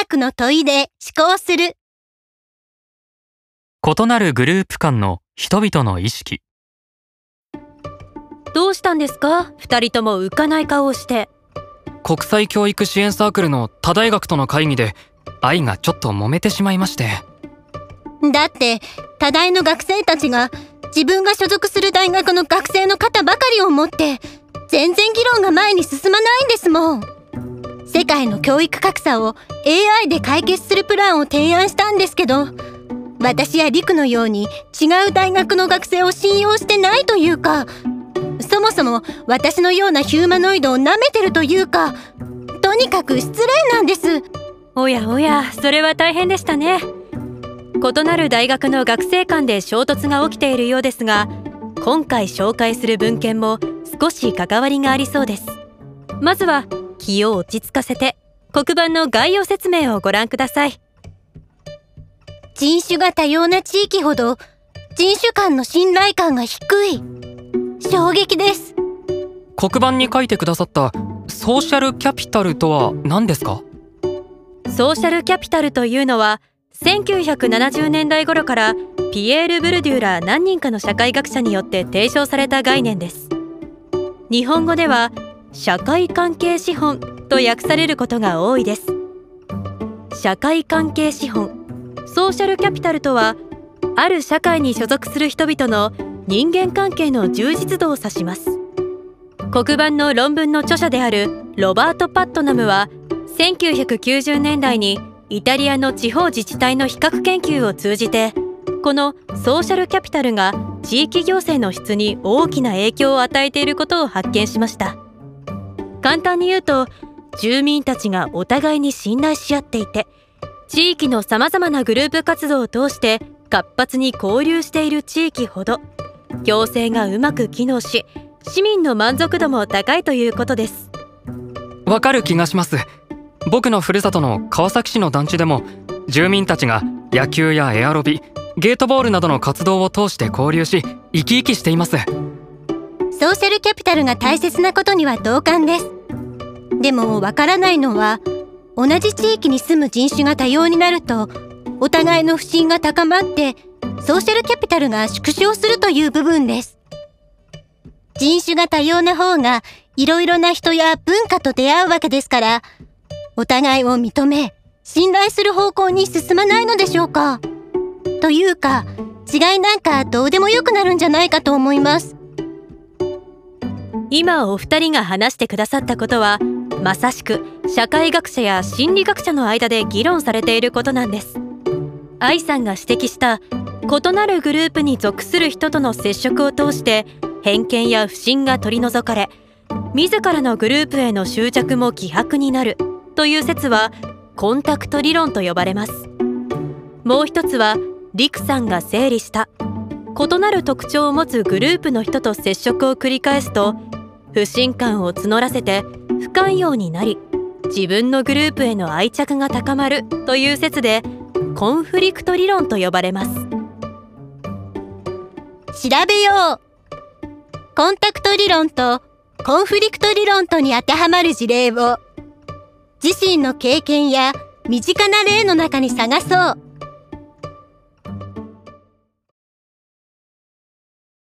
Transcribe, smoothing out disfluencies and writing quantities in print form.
学の問いで思考する。 異なるグループ間の人々の意識。 どうしたんですか？二人とも浮かない顔をして。 国際教育支援サークルの他大学との会議で愛がちょっと揉めてしまいまして。 だって他大の学生たちが自分が所属する大学の学生の肩ばかりを持って全然議論が前に進まないんですもん。世界の教育格差を AI で解決するプランを提案したんですけど、私やリクのように違う大学の学生を信用してないというか、そもそも私のようなヒューマノイドを舐めてるというか、とにかく失礼なんです。 おやおや、それは大変でしたね。異なる大学の学生間で衝突が起きているようですが、今回紹介する文献も少し関わりがありそうです。まずは気を落ち着かせて黒板の概要説明をご覧ください。 人種が多様な地域ほど人種間の信頼感が低い。衝撃です。 黒板に書いてくださったソーシャルキャピタルとは何ですか？ ソーシャルキャピタルというのは1970年代頃からピエール・ブルデューら何人かの社会学者によって提唱された概念です。日本語では社会関係資本と訳されることが多いです。社会関係資本、ソーシャルキャピタルとは、ある社会に所属する人々の人間関係の充実度を指します。黒板の論文の著者であるロバート・パットナムは1990年代にイタリアの地方自治体の比較研究を通じて、このソーシャルキャピタルが地域行政の質に大きな影響を与えていることを発見しました。簡単に言うと、住民たちがお互いに信頼し合っていて、地域のさまざまなグループ活動を通して活発に交流している地域ほど行政がうまく機能し、市民の満足度も高いということです。 わかる気がします。僕のふるさとの川崎市の団地でも住民たちが野球やエアロビ、ゲートボールなどの活動を通して交流し、生き生きしています。 ソーシャルキャピタルが大切なことには同感です。でもわからないのは、同じ地域に住む人種が多様になるとお互いの不信が高まってソーシャルキャピタルが縮小するという部分です。人種が多様な方がいろいろな人や文化と出会うわけですから、お互いを認め信頼する方向に進まないのでしょうか。というか、違いなんかどうでもよくなるんじゃないかと思います。 今お二人が話してくださったことは、まさしく社会学者や心理学者の間で議論されていることなんです。愛さんが指摘した異なるグループに属する人との接触を通して偏見や不信が取り除かれ、自らのグループへの執着も希薄になるという説はコンタクト理論と呼ばれます。もう一つはリクさんが整理した異なる特徴を持つグループの人と接触を繰り返すと不信感を募らせて不寛容になり、自分のグループへの愛着が高まるという説でコンフリクト理論と呼ばれます。 調べよう。コンタクト理論とコンフリクト理論とに当てはまる事例を自身の経験や身近な例の中に探そう。